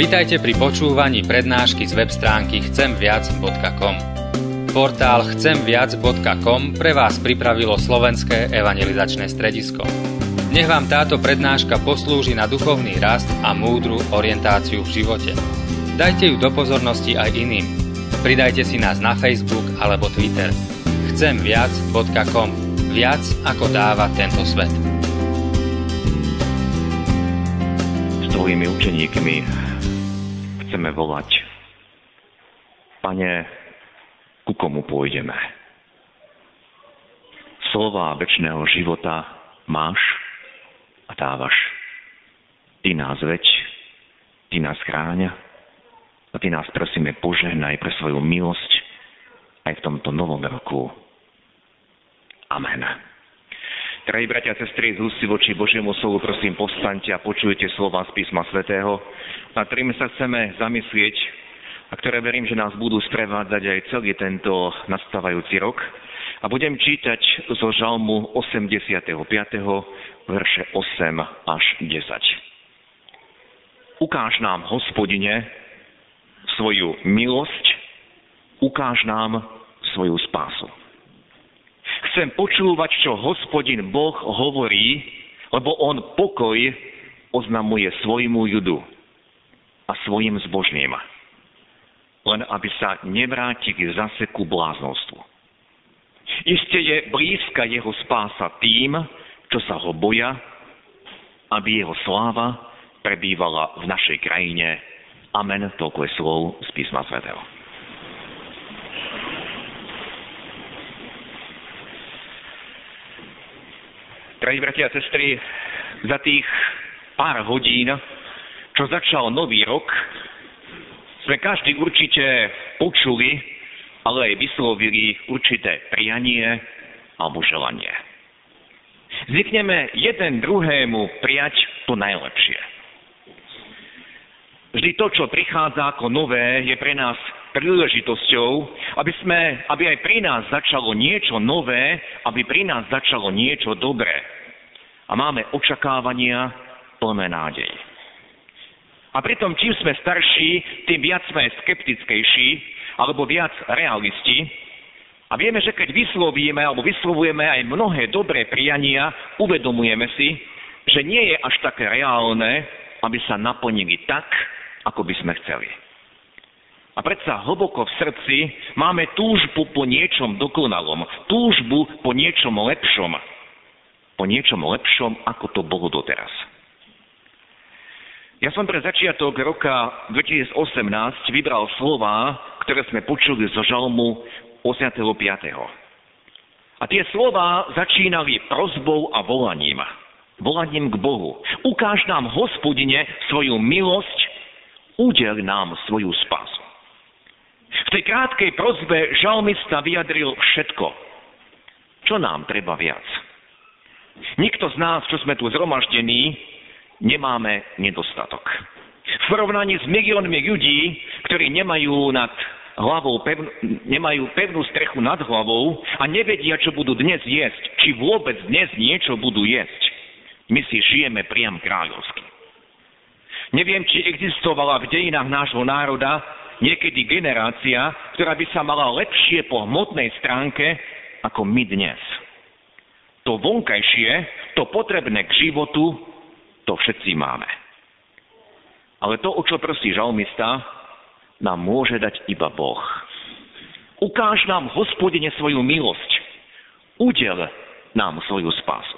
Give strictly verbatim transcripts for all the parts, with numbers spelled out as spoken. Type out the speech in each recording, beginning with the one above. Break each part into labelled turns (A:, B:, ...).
A: Vitajte pri počúvaní prednášky z web stránky chcem viac bodka com. Portál chcem viac bodka com pre vás pripravilo Slovenské evangelizačné stredisko. Nech vám táto prednáška poslúži na duchovný rast a múdru orientáciu v živote. Dajte ju do pozornosti aj iným. Pridajte si nás na Facebook alebo Twitter. chcem viac bodka com. Viac ako dáva tento svet.
B: S tvojimi učeníkmi chceme volať: Pane, ku komu pôjdeme? Slová večného života máš a dávaš. Ty nás veď, Ty nás chráň a Ty nás prosíme požehnaj pre svoju milosť aj v tomto novom roku. Amen. Drahí bratia a sestry, z úcty voči Božiemu slovu, prosím, povstaňte a počujte slova z písma svätého, nad ktorými sa chceme zamyslieť a ktoré verím, že nás budú sprevádzať aj celý tento nastávajúci rok. A budem čítať zo žalmu osemdesiateho piateho verše osem až desať. Ukáž nám, Hospodine, svoju milosť, ukáž nám svoju spásu. Chcem počúvať, čo Hospodin Boh hovorí, lebo on pokoj oznamuje svojmu ľudu a svojim zbožným, len aby sa nevrátili zase ku bláznostvu. Iste je blízka jeho spása tým, čo sa ho boja, aby jeho sláva prebývala v našej krajine. Amen. Toľko je slov z písma svätého. Drahí bratia a sestry, za tých pár hodín, čo začal nový rok, sme každý určite počuli, ale aj vyslovili určité prianie alebo želanie. Zvykneme jeden druhému prijať to najlepšie. Vždy to, čo prichádza ako nové, je pre nás príležitosťou, aby, sme, aby aj pri nás začalo niečo nové, aby pri nás začalo niečo dobré. A máme očakávania plné nádej. A pritom, čím sme starší, tým viac sme skeptickejší, alebo viac realisti. A vieme, že keď vyslovíme, alebo vyslovujeme aj mnohé dobré priania, uvedomujeme si, že nie je až také reálne, aby sa naplnili tak, ako by sme chceli. A predsa hlboko v srdci máme túžbu po niečom dokonalom, túžbu po niečom lepšom, po niečom lepšom, ako to bolo doteraz. Ja som pre začiatok roka dvetisícosemnásť vybral slová, ktoré sme počuli zo žalmu osemdesiateho piateho A tie slová začínali prosbou a volaním. Volaním k Bohu. Ukáž nám, Hospodine, svoju milosť, udeľ nám svoju spásu. V tej krátkej prosbe žalmista vyjadril všetko. Čo nám treba viac? Nikto z nás, čo sme tu zhromaždení, nemáme nedostatok. V porovnaní s miliónmi ľudí, ktorí nemajú nad hlavou pevn- nemajú pevnú strechu nad hlavou a nevedia, čo budú dnes jesť, či vôbec dnes niečo budú jesť, my si žijeme priam kráľovsky. Neviem, či existovala v dejinách nášho národa niekedy generácia, ktorá by sa mala lepšie po hmotnej stránke ako my dnes. To vonkajšie, to potrebné k životu, to všetci máme. Ale to, o čo prosí žalmista, nám môže dať iba Boh. Ukáž nám, Hospodine, svoju milosť. Udeľ nám svoju spásu.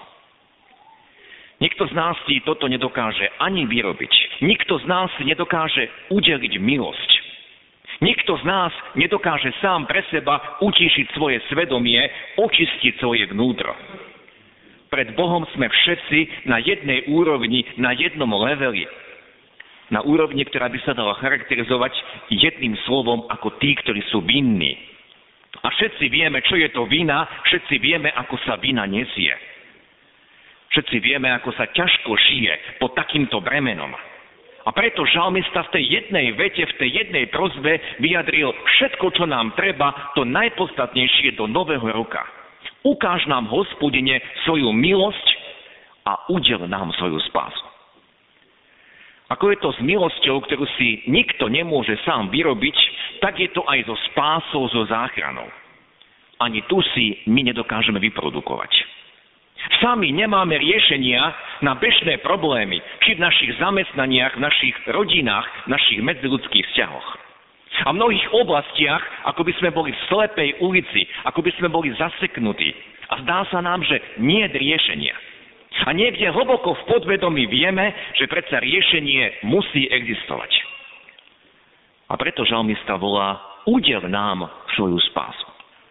B: Nikto z nás si toto nedokáže ani vyrobiť. Nikto z nás si nedokáže udeliť milosť. Nikto z nás nedokáže sám pre seba utíšiť svoje svedomie, očistiť svoje vnútro. Pred Bohom sme všetci na jednej úrovni, na jednom leveli. Na úrovni, ktorá by sa dala charakterizovať jedným slovom ako tí, ktorí sú vinní. A všetci vieme, čo je to vina, všetci vieme, ako sa vina nesie. Všetci vieme, ako sa ťažko žije pod takýmto bremenom. A preto žalmista v tej jednej vete, v tej jednej prosbe vyjadril všetko, čo nám treba, to najpodstatnejšie do nového roka. Ukáž nám, Hospodine, svoju milosť a udeľ nám svoju spásu. Ako je to s milosťou, ktorú si nikto nemôže sám vyrobiť, tak je to aj so spásou, so záchranou. Ani tu si my nedokážeme vyprodukovať. Sami nemáme riešenia na bežné problémy, či v našich zamestnaniach, v našich rodinách, v našich medziľudských vzťahoch. A v mnohých oblastiach, ako by sme boli v slepej ulici, ako by sme boli zaseknutí. A zdá sa nám, že nie je riešenia. A niekde hlboko v podvedomí vieme, že predsa riešenie musí existovať. A preto žalmista volá: udel nám svoju spásu.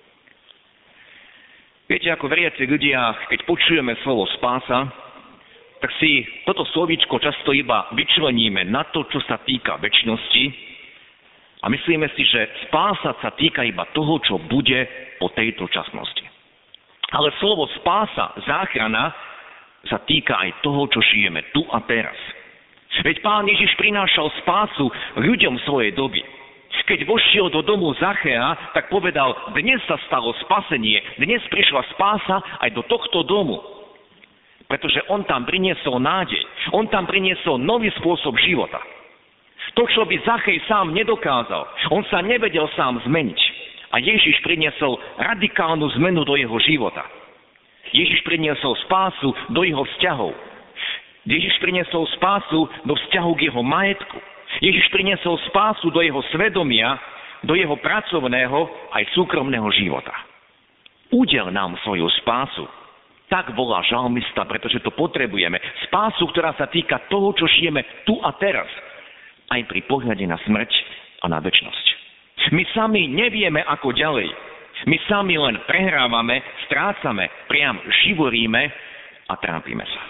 B: Viete, ako veriaci ľudia, keď počujeme slovo spása, tak si toto slovíčko často iba vyčleníme na to, čo sa týka večnosti a myslíme si, že spása sa týka iba toho, čo bude po tejto časnosti. Ale slovo spása, záchrana, sa týka aj toho, čo žijeme tu a teraz. Veď Pán Ježiš prinášal spásu ľuďom svojej doby. Keď vošiel do domu Zachea, tak povedal: dnes sa stalo spasenie, dnes prišla spása aj do tohto domu. Pretože on tam priniesol nádej, on tam priniesol nový spôsob života. To, čo by Zachej sám nedokázal, on sa nevedel sám zmeniť. A Ježiš priniesol radikálnu zmenu do jeho života. Ježiš priniesol spásu do jeho vzťahov. Ježiš priniesol spásu do vzťahu k jeho majetku. Ježiš priniesol spásu do jeho svedomia, do jeho pracovného aj súkromného života. Udel nám svoju spásu. Tak volá žalmista, pretože to potrebujeme. Spásu, ktorá sa týka toho, čo žijeme tu a teraz. Aj pri pohľade na smrť a na večnosť. My sami nevieme, ako ďalej. My sami len prehrávame, strácame, priam živoríme a trápime sa.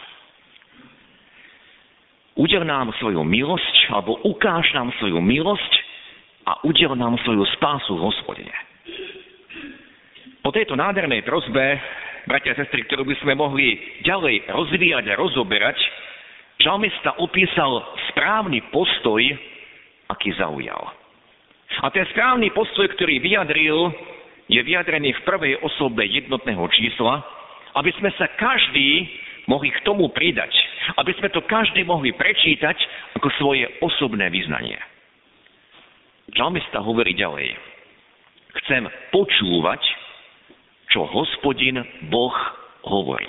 B: Udel nám svoju milosť, alebo ukáž nám svoju milosť a udel nám svoju spásu, Hospodine. Po tejto nádhernej prosbe, bratia a sestry, ktorú by sme mohli ďalej rozvíjať a rozoberať, žalmista opísal správny postoj, aký zaujal. A ten správny postoj, ktorý vyjadril, je vyjadrený v prvej osobe jednotného čísla, aby sme sa každý mohli k tomu pridať, aby sme to každý mohli prečítať ako svoje osobné vyznanie. Žalmista hovorí ďalej: chcem počúvať, čo Hospodin Boh hovorí.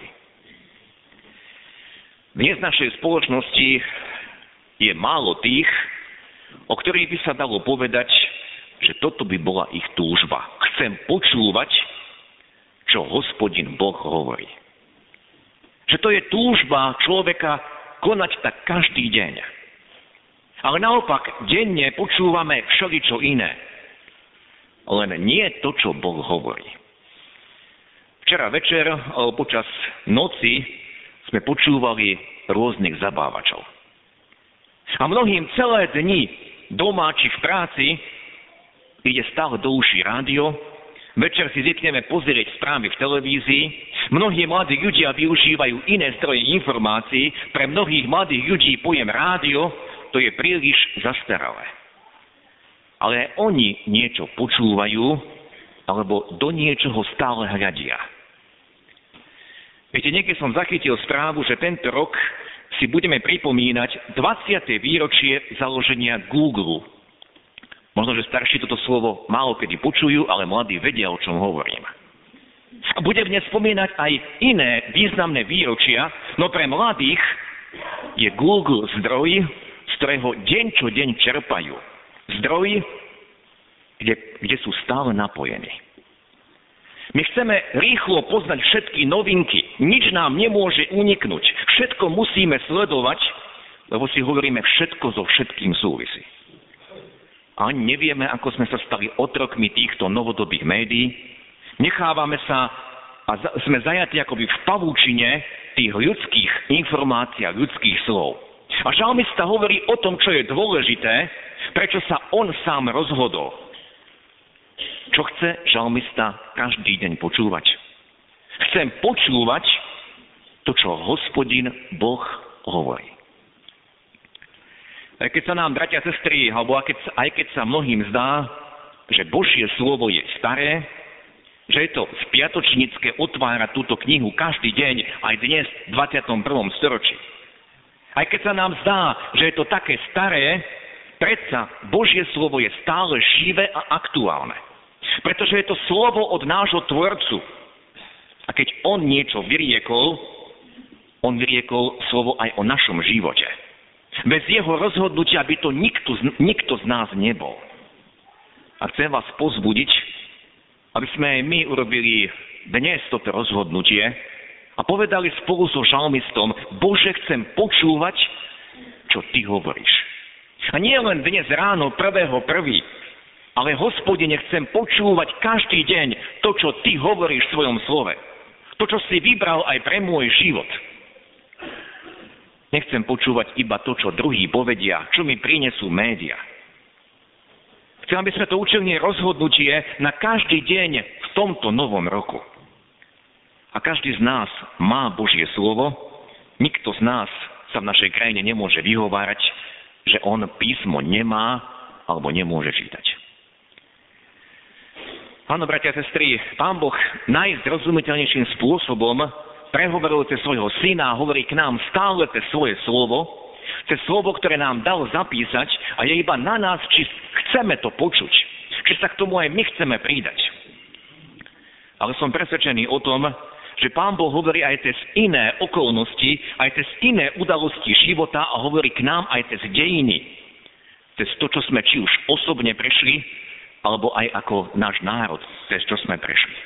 B: Dnes v našej spoločnosti je málo tých, o ktorých by sa dalo povedať, že toto by bola ich túžba. Chcem počúvať, čo Hospodin Boh hovorí. Že to je túžba človeka konať tak každý deň. Ale naopak, denne počúvame všeličo iné. Len nie to, čo Boh hovorí. Včera večer, alebo počas noci, sme počúvali rôznych zabávačov. A mnohým celé dni doma či v práci ide stále do uší rádio, večer si zvykneme pozrieť správy v televízii, mnohí mladí ľudia využívajú iné zdroje informácií, pre mnohých mladých ľudí pojem rádio, to je príliš zastaralé. Ale oni niečo počúvajú, alebo do niečoho stále hľadia. Viete, niekedy som zachytil správu, že tento rok si budeme pripomínať dvadsiate výročie založenia Google. Možno, že starší toto slovo málo kedy počujú, ale mladí vedia, o čom hovorím. A budem dnes spomínať aj iné významné výročia, no pre mladých je Google zdroj, z ktorého deň čo deň čerpajú. Zdroj, kde, kde sú stále napojení. My chceme rýchlo poznať všetky novinky. Nič nám nemôže uniknúť. Všetko musíme sledovať, lebo si hovoríme, všetko so všetkým súvisí. A nevieme, ako sme sa stali otrokmi týchto novodobých médií. Nechávame sa a sme zajatí akoby v pavúčine tých ľudských informácií a ľudských slov. A žalmista hovorí o tom, čo je dôležité, prečo sa on sám rozhodol. Čo chce žalmista každý deň počúvať? Chcem počúvať to, čo Hospodin Boh hovorí. Aj keď sa nám, bratia a sestry, alebo aj keď, aj keď sa mnohým zdá, že Božie slovo je staré, že je to spiatočnícke otvárať túto knihu každý deň, aj dnes v dvadsiatom prvom storočí. Aj keď sa nám zdá, že je to také staré, predsa Božie slovo je stále živé a aktuálne. Pretože je to slovo od nášho Tvorcu. A keď on niečo vyriekol, on vyriekol slovo aj o našom živote. Bez jeho rozhodnutia by to nikto, nikto z nás nebol. A chcem vás pozbudiť, aby sme aj my urobili dnes toto rozhodnutie a povedali spolu so žalmistom: Bože, chcem počúvať, čo ty hovoríš. A nie len dnes ráno prvého prvý, ale Hospodine, chcem počúvať každý deň to, čo ty hovoríš v svojom slove. To, čo si vybral aj pre môj život. Nechcem počúvať iba to, čo druhí povedia, čo mi prinesú médiá. Chcem, aby sme to učili rozhodnutie na každý deň v tomto novom roku. A každý z nás má Božie slovo. Nikto z nás sa v našej krajine nemôže vyhovárať, že on písmo nemá alebo nemôže čítať. Áno, bratia a sestry, Pán Boh najzrozumiteľnejším spôsobom prehovoril cez svojho syna a hovorí k nám stále cez svoje slovo, cez slovo, ktoré nám dal zapísať, a je iba na nás, či chceme to počuť, či sa k tomu aj my chceme pridať. Ale som presvedčený o tom, že Pán Boh hovorí aj cez iné okolnosti, aj cez iné udalosti života a hovorí k nám aj cez dejiny, cez to, čo sme či už osobne prešli, alebo aj ako náš národ, cez čo sme prešli.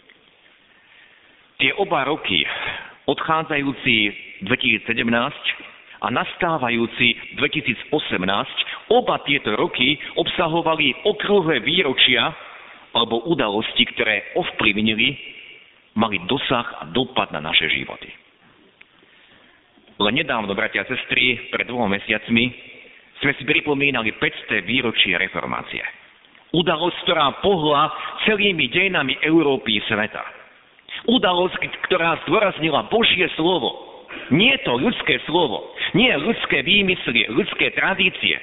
B: Tie oba roky, odchádzajúci dvetisícsedemnásť a nastávajúci dvetisícosemnásť, oba tieto roky obsahovali okrúhle výročia alebo udalosti, ktoré ovplyvnili, mali dosah a dopad na naše životy. Len nedávno, bratia a sestry, pred dvoma mesiacmi sme si pripomínali päťsté výročie reformácie. Udalosť, ktorá pohla celými dejinami Európy a sveta. Udalosť, ktorá zdôraznila Božie slovo. Nie je to ľudské slovo, nie ľudské výmysly, ľudské tradície.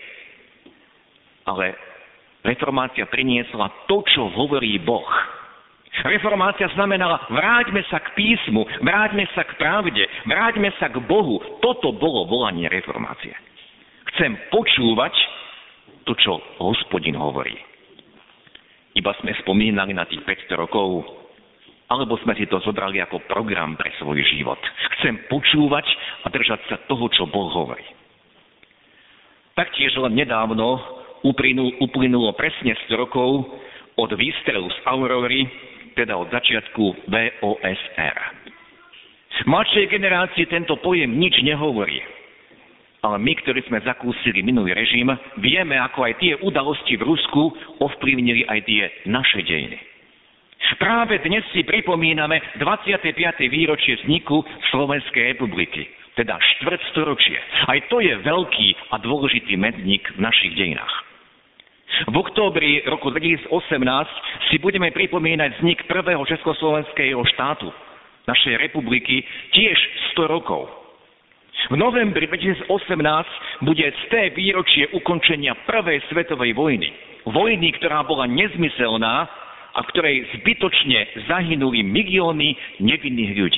B: Ale reformácia priniesla to, čo hovorí Boh. Reformácia znamenala: vráťme sa k písmu, vráťme sa k pravde, vráťme sa k Bohu. Toto bolo volanie reformácie. Chcem počúvať to, čo Hospodin hovorí. Iba sme spomínali na tých päťsto rokov, alebo sme si to zobrali ako program pre svoj život. Chcem počúvať a držať sa toho, čo Boh hovorí. Taktiež len nedávno uplynulo, uplynulo presne sto rokov od výstrelu z Aurory, teda od začiatku vé ó es er. Mladšej generácii tento pojem nič nehovorí. Ale my, ktorí sme zakúsili minulý režim, vieme, ako aj tie udalosti v Rusku ovplyvnili aj tie naše dejiny. Práve dnes si pripomíname dvadsiate piate výročie vzniku Slovenskej republiky, teda štvrťstoročie. Aj to je veľký a dôležitý medzník v našich dejinách. V októbri roku dvetisícosemnásť si budeme pripomínať vznik prvého československého štátu, našej republiky, tiež sto rokov. V novembri dvetisícosemnásť bude sté výročie ukončenia prvej svetovej vojny. Vojny, ktorá bola nezmyselná a v ktorej zbytočne zahynuli milióny nevinných ľudí.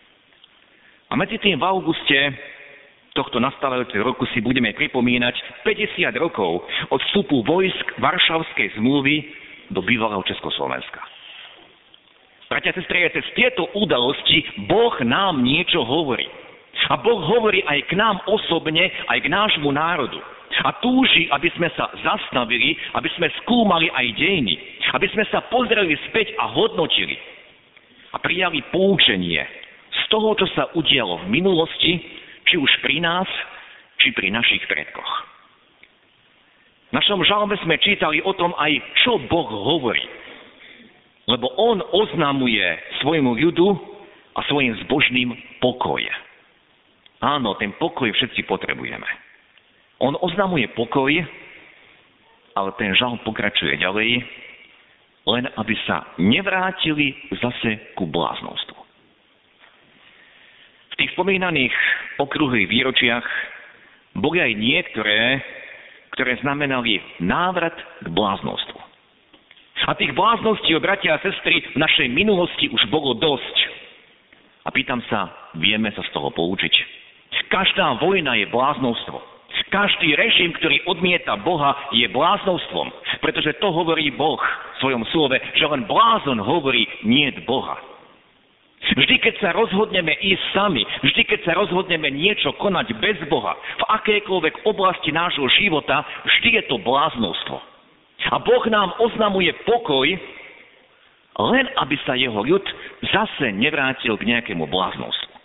B: A medzi tým v auguste tohto nastávajúceho roku si budeme pripomínať päťdesiat rokov od vstupu vojsk Varšavskej zmluvy do bývalého Československa. Bratia a sestry, cez tieto udalosti Boh nám niečo hovorí. A Boh hovorí aj k nám osobne, aj k nášmu národu. A túži, aby sme sa zastavili, aby sme skúmali aj dejiny, aby sme sa pozreli späť a hodnotili. A prijali poučenie z toho, čo sa udialo v minulosti, či už pri nás, či pri našich predkoch. V našom žalme sme čítali o tom aj, čo Boh hovorí. Lebo on oznamuje svojmu ľudu a svojim zbožným pokoj. Áno, ten pokoj všetci potrebujeme. On oznamuje pokoj, ale ten žalm pokračuje ďalej, len aby sa nevrátili zase ku bláznostvu. V tých spomínaných okrúhlych výročiach boli aj niektoré, ktoré znamenali návrat k bláznostvu. A tých blázností, bratia a sestry, v našej minulosti už bolo dosť. A pýtam sa, vieme sa z toho poučiť? Každá vojna je bláznostvo. Každý režim, ktorý odmieta Boha, je bláznovstvom. Pretože to hovorí Boh v svojom slove, že len blázon hovorí niet Boha. Vždy, keď sa rozhodneme ísť sami, vždy, keď sa rozhodneme niečo konať bez Boha, v akejkoľvek oblasti nášho života, vždy je to bláznovstvo. A Boh nám oznamuje pokoj, len aby sa jeho ľud zase nevrátil k nejakému bláznovstvu.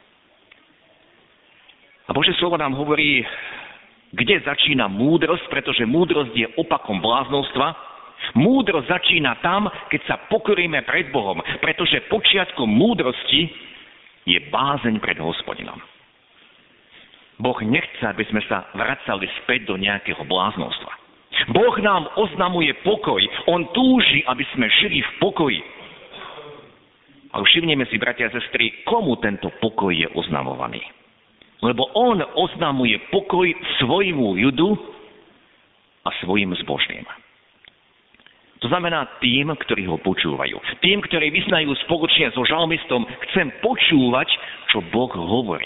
B: A Božie slovo nám hovorí, kde začína múdrosť, pretože múdrosť je opakom bláznovstva. Múdrosť začína tam, keď sa pokoríme pred Bohom, pretože počiatkom múdrosti je bázeň pred Hospodinom. Boh nechce, aby sme sa vracali späť do nejakého bláznovstva. Boh nám oznamuje pokoj. On túži, aby sme žili v pokoji. Ale všimneme si, bratia a sestry, komu tento pokoj je oznamovaný. Lebo on oznamuje pokoj svojmu ľudu a svojim zbožným. To znamená tým, ktorí ho počúvajú. Tým, ktorí vyznajú spoločne so žalmistom, chcem počúvať, čo Boh hovorí.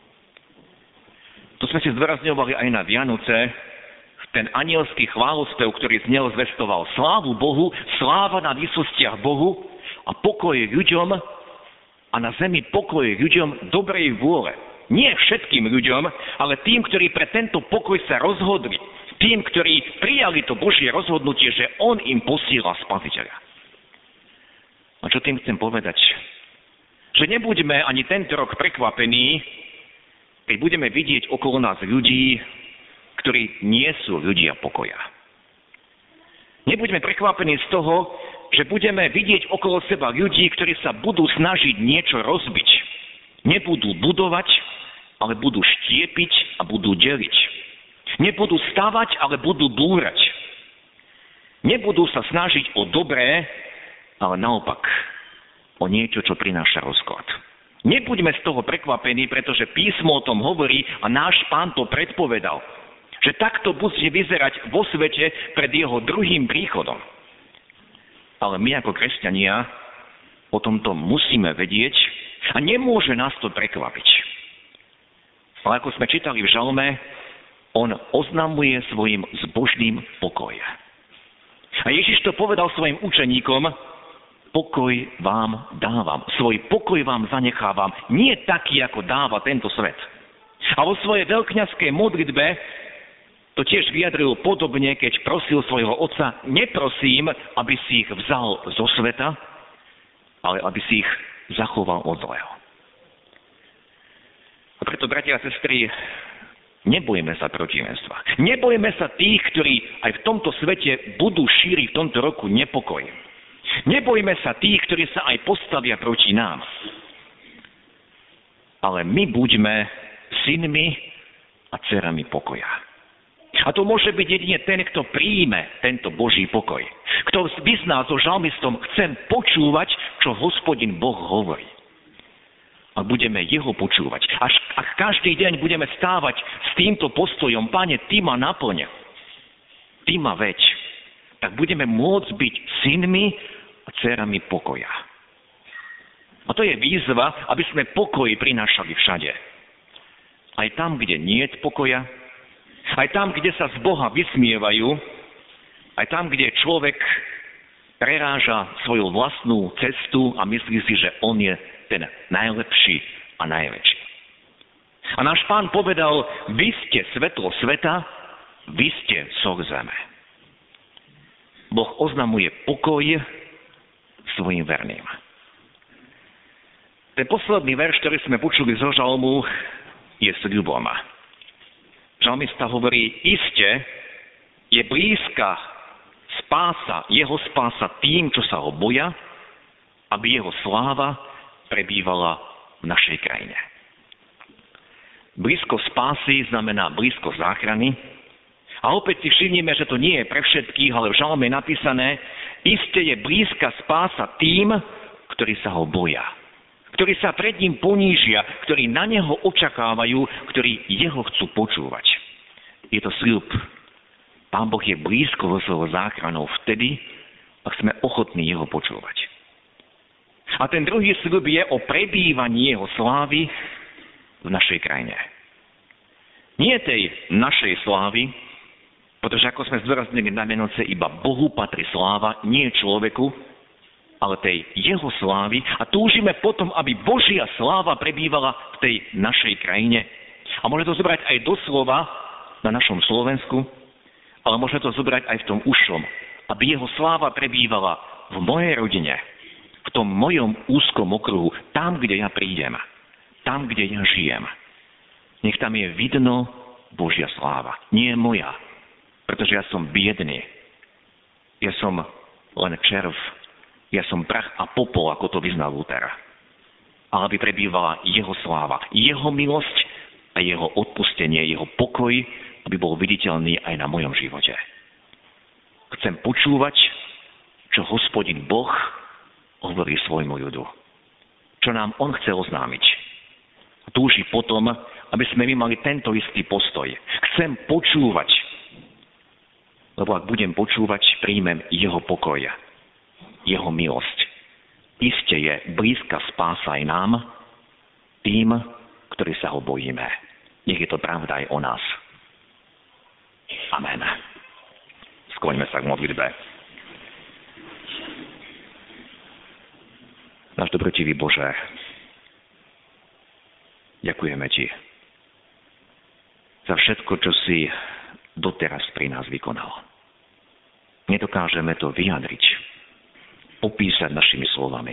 B: To sme si zdôrazňovali aj na Vianoce. Ten anielský chválospev, ktorý znel, zvestoval slávu Bohu, sláva na výsostiach Bohu a pokoj ľuďom a na zemi pokoj ľuďom dobrej vôle. Nie všetkým ľuďom, ale tým, ktorí pre tento pokoj sa rozhodli. Tým, ktorí prijali to Božie rozhodnutie, že on im posíla Spasiteľa. A čo tým chcem povedať? Že nebuďme ani tento rok prekvapení, keď budeme vidieť okolo nás ľudí, ktorí nie sú ľudia pokoja. Nebuďme prekvapení z toho, že budeme vidieť okolo seba ľudí, ktorí sa budú snažiť niečo rozbiť. Nebudú budovať, ale budú štiepiť a budú deliť. Nebudú stavať, ale budú búrať. Nebudú sa snažiť o dobré, ale naopak o niečo, čo prináša rozklad. Nebuďme z toho prekvapení, pretože písmo o tom hovorí a náš Pán to predpovedal. Že takto bude vyzerať vo svete pred jeho druhým príchodom. Ale my ako kresťania o tomto musíme vedieť a nemôže nás to prekvapiť. Ale ako sme čítali v žalme, on oznamuje svojim zbožným pokoj. A Ježiš to povedal svojim učeníkom, pokoj vám dávam, svoj pokoj vám zanechávam, nie taký, ako dáva tento svet. A vo svojej veľkňazskej modlitbe to tiež vyjadril podobne, keď prosil svojho otca, neprosím, aby si ich vzal zo sveta, ale aby si ich zachoval od zlého. A preto, bratia a sestry, nebojme sa protivenstva. Nebojme sa tých, ktorí aj v tomto svete budú šíriť v tomto roku nepokoj. Nebojme sa tých, ktorí sa aj postavia proti nám. Ale my buďme synmi a dcerami pokoja. A to môže byť jedine ten, kto príjme tento Boží pokoj. Kto vyzná so žalmistom, chcem počúvať, čo Hospodin Boh hovorí. A budeme jeho počúvať. Až ak každý deň budeme stávať s týmto postojom, Pane, Ty ma naplň, Ty ma veď, tak budeme môcť byť synmi a dcerami pokoja. A to je výzva, aby sme pokoj prinášali všade. Aj tam, kde nie je pokoja, aj tam, kde sa z Boha vysmievajú, aj tam, kde človek preráža svoju vlastnú cestu a myslí si, že on je ten najlepší a najväčší. A náš Pán povedal, vy ste svetlo sveta, vy ste sol zeme. Boh oznamuje pokoj svojim verným. Ten posledný verš, ktorý sme počuli zo žalmu, je sľubom. Žalmista hovorí, iste je blízka spása, jeho spása tým, čo sa ho boja, aby jeho sláva prebývala v našej krajine. Blízko spásy znamená blízko záchrany. A opäť si všimneme, že to nie je pre všetkých, ale v žalme je napísané, iste je blízka spása tým, ktorí sa ho boja. Ktorí sa pred ním ponížia, ktorí na neho očakávajú, ktorí jeho chcú počúvať. Je to sľub. Pán Boh je blízko vo svojou záchranou vtedy, ak sme ochotní jeho počúvať. A ten druhý sľub je o prebývaní jeho slávy v našej krajine. Nie tej našej slávy, pretože ako sme zdôraznili na Vianoce, iba Bohu patrí sláva, nie človeku, ale tej jeho slávy a túžime potom, aby Božia sláva prebývala v tej našej krajine. A môže to zobrať aj doslova na našom Slovensku, ale môže to zobrať aj v tom ušom, aby jeho sláva prebývala v mojej rodine, v tom mojom úzkom okruhu, tam, kde ja prídem, tam, kde ja žijem. Nech tam je vidno Božia sláva, nie moja, pretože ja som biedný, ja som len červ, ja som prach a popol, ako to vyznal Luther. Ale aby prebývala jeho sláva, jeho milosť a jeho odpustenie, jeho pokoj, aby bol viditeľný aj na mojom živote. Chcem počúvať, čo Hospodin Boh hovorí svojmu ľudu. Čo nám on chce oznámiť. Túži potom, aby sme my mali tento istý postoj. Chcem počúvať, lebo ak budem počúvať, príjmem jeho pokoj, jeho milosť. Iste je blízka spása aj nám, tým, ktorí sa ho bojíme. Nech je to pravda aj o nás. Amen. Skloňme sa k modlitbe. Náš dobrotivý Bože, ďakujeme Ti za všetko, čo si doteraz pri nás vykonal. Nedokážeme to vyjadriť, opísať našimi slovami.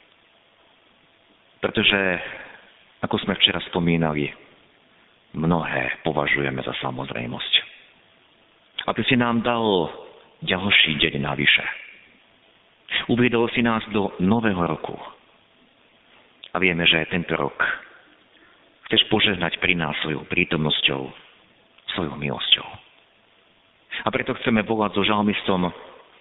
B: Pretože, ako sme včera spomínali, mnohé považujeme za samozrejmosť. A Ty si nám dal ďalší deň navyše. Uviedol si nás do nového roku. A vieme, že tento rok chceš požehnať pri nás svojou prítomnosťou, svojou milosťou. A preto chceme volať so žalmistom: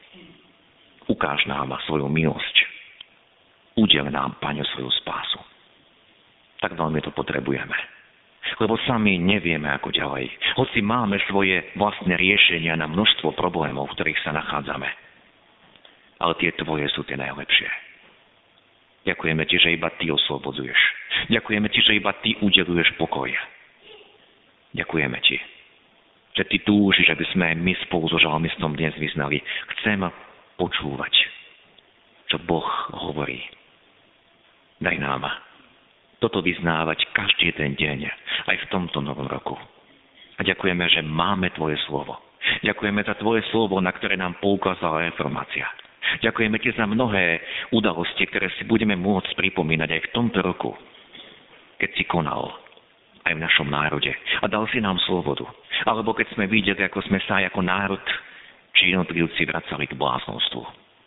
B: ukáž nám svoju milosť. Udel nám, Pane, svoju spásu. Tak veľmi to potrebujeme. Lebo sami nevieme, ako ďalej. Hoci máme svoje vlastné riešenia na množstvo problémov, v ktorých sa nachádzame. Ale tie Tvoje sú tie najlepšie. Ďakujeme Ti, že iba Ty oslobodzuješ. Ďakujeme Ti, že iba Ty udeluješ pokoj. Ďakujeme Ti, že Ty túžiš, aby sme my spolu so žalmistom dnes vyznali: chcem počúvať, čo Boh hovorí. Daj nám toto vyznávať každý ten deň, aj v tomto novom roku. A ďakujeme, že máme Tvoje slovo. Ďakujeme za Tvoje slovo, na ktoré nám poukázala reformácia. Ďakujeme Ti za mnohé udalosti, ktoré si budeme môcť pripomínať aj v tomto roku, keď si konal aj v našom národe a dal si nám slobodu. Alebo keď sme videli, ako sme sa aj ako národ či jednotlivci vracali k bláznostvu.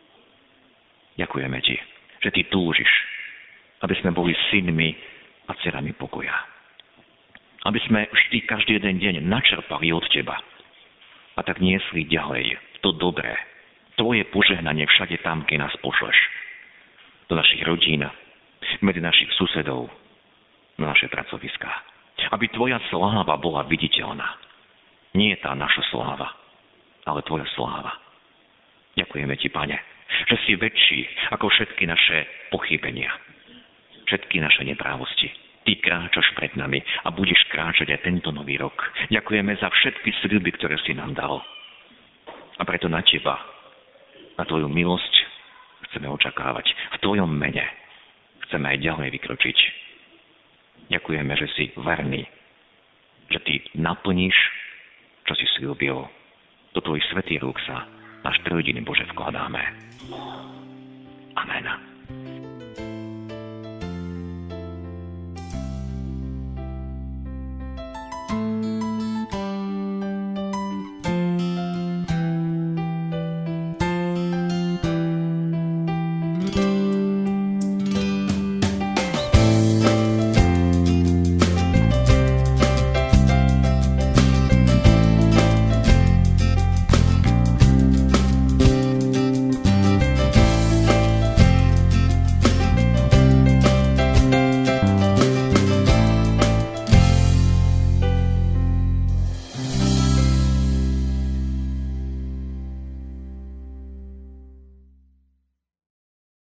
B: Ďakujeme Ti, že Ty túžiš, aby sme boli synmi a dcerami pokoja. Aby sme vždy každý jeden deň načerpali od Teba a tak niesli ďalej to dobré, Tvoje požehnanie všade tam, keď nás pošleš. Do našich rodín, medzi našich susedov, na naše pracoviská. Aby Tvoja sláva bola viditeľná. Nie tá naša sláva, ale Tvoja sláva. Ďakujeme Ti, Pane, že si väčší ako všetky naše pochybenia, všetky naše neprávosti. Ty kráčaš pred nami a budeš kráčať aj tento nový rok. Ďakujeme za všetky sľuby, ktoré si nám dal. A preto na Teba, na Tvoju milosť chceme očakávať. V Tvojom mene chceme aj ďalej vykročiť. Ďakujeme, že si verný, že Ty naplníš, čo si sľúbil. Do Tvojich svätých rúk sa náš trojdiny Bože vkladáme. Amen.